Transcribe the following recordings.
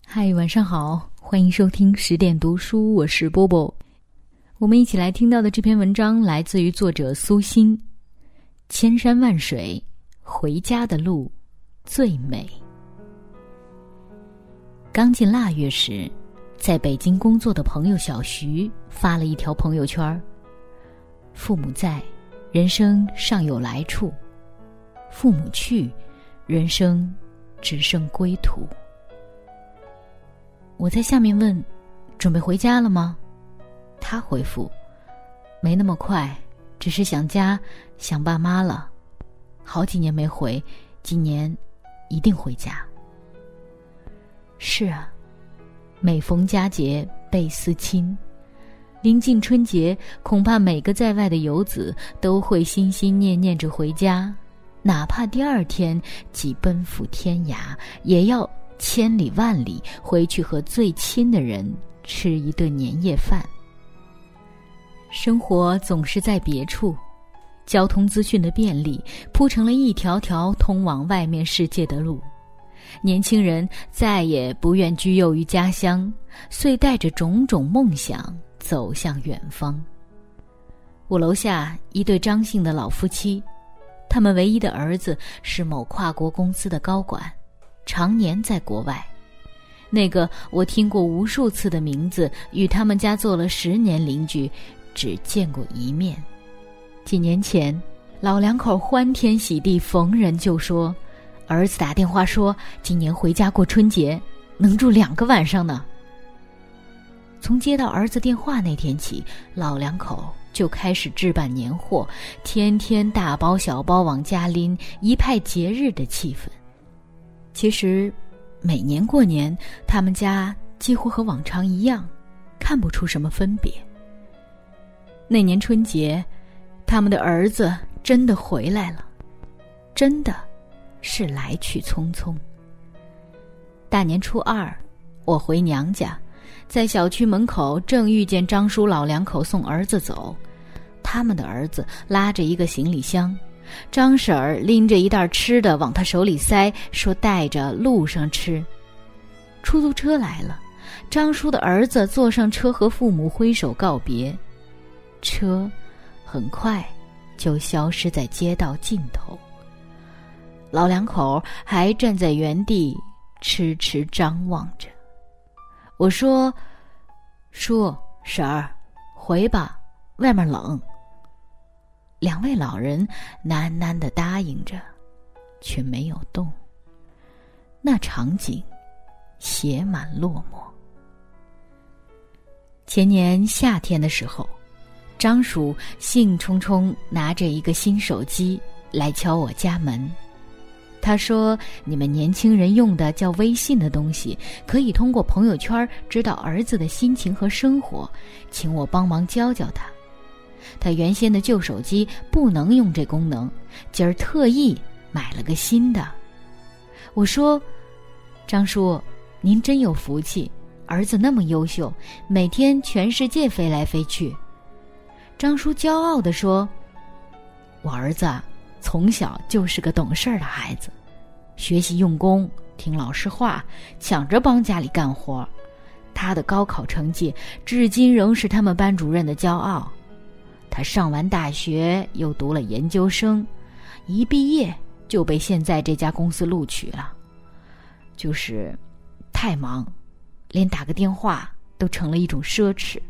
嗨，晚上好，欢迎收听10点读书，我是波波。我们一起来听到的这篇文章来自于作者苏欣。千山万水，回家的路最美。刚进腊月时，在北京工作的朋友小徐发了一条朋友圈：父母在，人生尚有来处；父母去，人生只剩归途。我在下面问，准备回家了吗？他回复，没那么快，只是想家，想爸妈了。好几年没回，今年一定回家。是啊，每逢佳节倍思亲，临近春节，恐怕每个在外的游子都会心心念念着回家，哪怕第二天即奔赴天涯，也要千里万里回去和最亲的人吃一顿年夜饭。生活总是在别处，交通资讯的便利铺成了一条条通往外面世界的路，年轻人再也不愿居囿于家乡，遂带着种种梦想走向远方。我楼下一对张姓的老夫妻，他们唯一的儿子是某跨国公司的高管，常年在国外。那个我听过无数次的名字，与他们家做了10年邻居，只见过一面。几年前，老两口欢天喜地，逢人就说，儿子打电话说今年回家过春节，能住2个晚上呢。从接到儿子电话那天起，老两口就开始置办年货，天天大包小包往家拎，一派节日的气氛。其实每年过年，他们家几乎和往常一样，看不出什么分别。那年春节，他们的儿子真的回来了，真的是来去匆匆。大年初2，我回娘家，在小区门口正遇见张叔老两口送儿子走，他们的儿子拉着一个行李箱，张婶儿拎着一袋吃的往他手里塞，说带着路上吃。出租车来了，张叔的儿子坐上车和父母挥手告别，车很快就消失在街道尽头。老两口还站在原地痴痴张望着。我说，叔婶儿，回吧，外面冷。2位老人喃喃地答应着，却没有动。那场景写满落寞。前年夏天的时候，张叔兴冲冲拿着一个新手机来敲我家门。他说，你们年轻人用的叫微信的东西，可以通过朋友圈知道儿子的心情和生活，请我帮忙教教他。他原先的旧手机不能用这功能，今儿特意买了个新的。我说，张叔，您真有福气，儿子那么优秀，每天全世界飞来飞去。张叔骄傲地说，我儿子从小就是个懂事的孩子，学习用功，听老师话，抢着帮家里干活。他的高考成绩至今仍是他们班主任的骄傲。他上完大学又读了研究生，一毕业就被现在这家公司录取了。就是太忙，连打个电话都成了一种奢侈。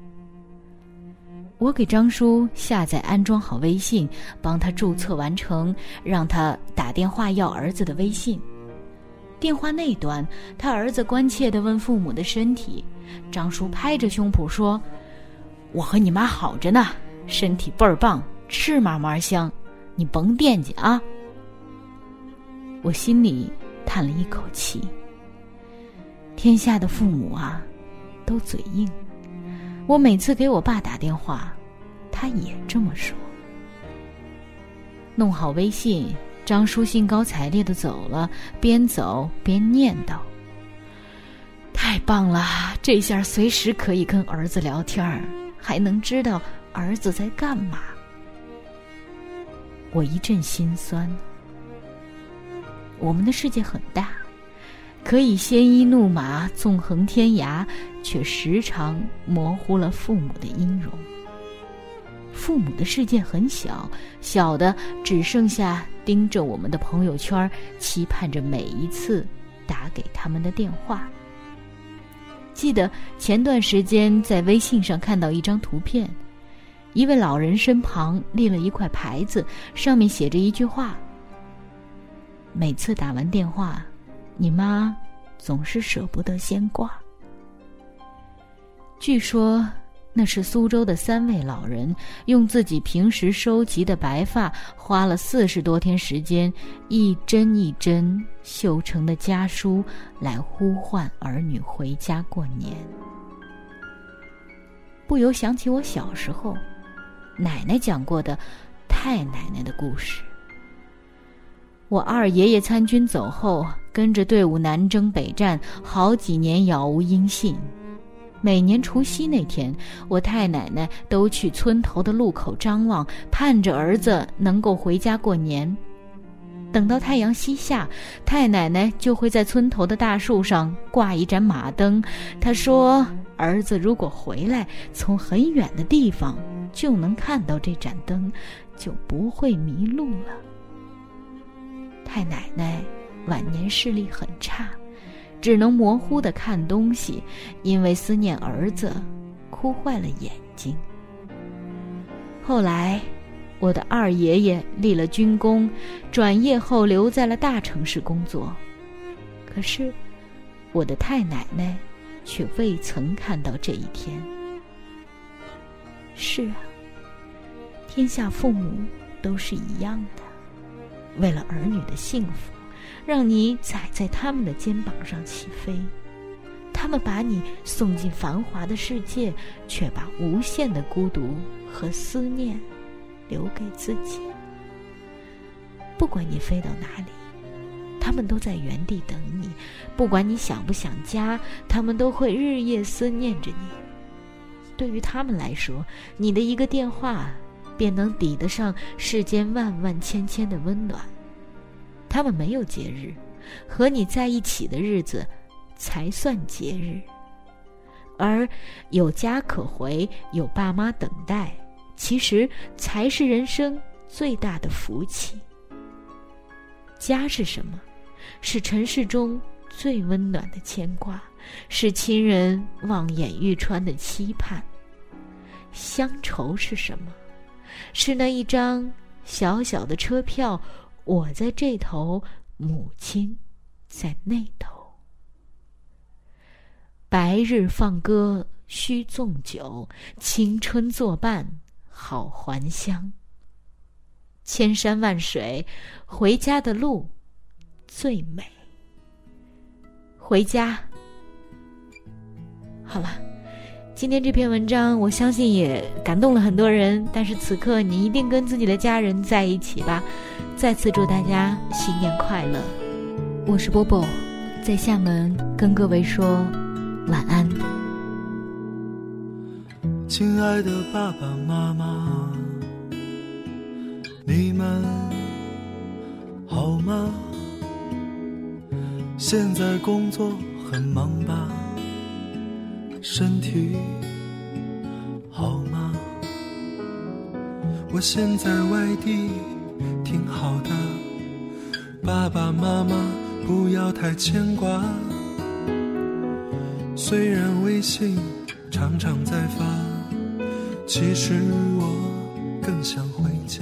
我给张叔下载安装好微信，帮他注册完成，让他打电话要儿子的微信。电话那端，他儿子关切地问父母的身体，张叔拍着胸脯说，我和你妈好着呢，身体倍儿棒，吃嘛嘛香，你甭惦记啊。我心里叹了一口气，天下的父母啊，都嘴硬。我每次给我爸打电话，他也这么说。弄好微信，张叔兴高采烈地走了，边走边念叨，太棒了，这下随时可以跟儿子聊天，还能知道儿子在干嘛。我一阵心酸。我们的世界很大， 可以鲜衣怒马，纵横天涯，却时常模糊了父母的音容。父母的世界很小，小的只剩下盯着我们的朋友圈，期盼着每一次打给他们的电话。记得前段时间在微信上看到一张图片，一位老人身旁立了一块牌子，上面写着一句话：每次打完电话，你妈总是舍不得先挂。据说那是苏州的3位老人用自己平时收集的白发，花了40多天时间，一针一针绣成的家书，来呼唤儿女回家过年。不由想起我小时候奶奶讲过的太奶奶的故事。我二爷爷参军走后，跟着队伍南征北战，好几年杳无音信。每年除夕那天，我太奶奶都去村头的路口张望，盼着儿子能够回家过年。等到太阳西下，太奶奶就会在村头的大树上挂一盏马灯。她说，儿子如果回来，从很远的地方就能看到这盏灯，就不会迷路了。太奶奶晚年视力很差，只能模糊地看东西，因为思念儿子，哭坏了眼睛。后来，我的二爷爷立了军功，转业后留在了大城市工作。可是，我的太奶奶却未曾看到这一天。是啊，天下父母都是一样的，为了儿女的幸福，让你踩在他们的肩膀上起飞。他们把你送进繁华的世界，却把无限的孤独和思念留给自己。不管你飞到哪里，他们都在原地等你；不管你想不想家，他们都会日夜思念着你。对于他们来说，你的一个电话便能抵得上世间万万千千的温暖。他们没有节日，和你在一起的日子才算节日。而有家可回，有爸妈等待，其实才是人生最大的福气。家是什么？是尘世中最温暖的牵挂，是亲人望眼欲穿的期盼。乡愁是什么？是那一张小小的车票，我在这头，母亲在那头。白日放歌须纵酒，青春作伴好还乡。千山万水，回家的路最美。回家。好了，今天这篇文章我相信也感动了很多人，但是此刻你一定跟自己的家人在一起吧。再次祝大家新年快乐。我是波波，在厦门跟各位说晚安。 亲爱的爸爸妈妈，你们好吗？现在工作很忙吧？身体好吗？我现在外地挺好的，爸爸妈妈不要太牵挂。虽然微信常常在发，其实我更想回家。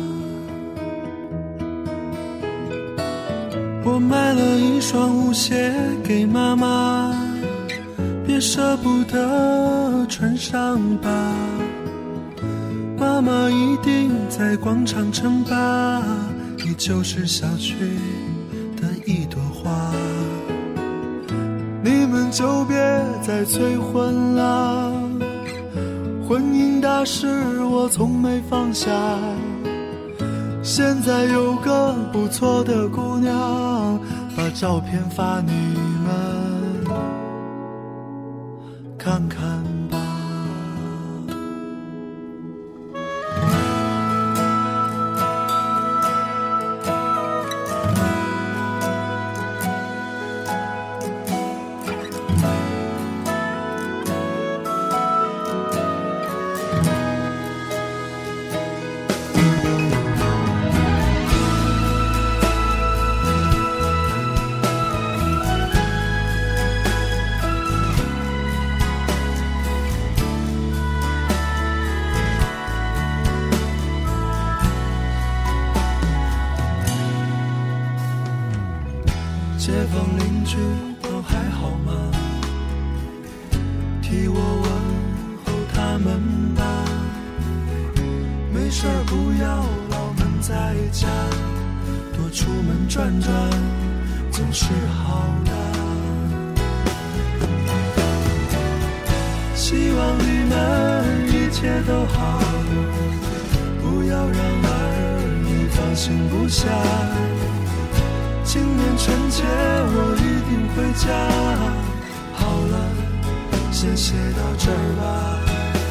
我买了一双舞鞋给妈妈，别舍不得穿上吧。妈妈一定在广场称霸，你就是小区的一朵花。你们就别再催婚了，婚姻大事我从没放下。现在有个不错的姑娘，把照片发你们看看吧。 出门转转总是好的。希望你们一切都好，不要让儿女放心不下。今年春节我一定回家。好了，先写到这儿吧。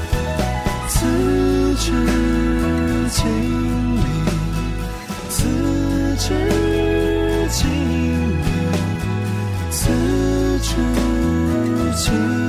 辞职经理，辞职经理，辞职经理。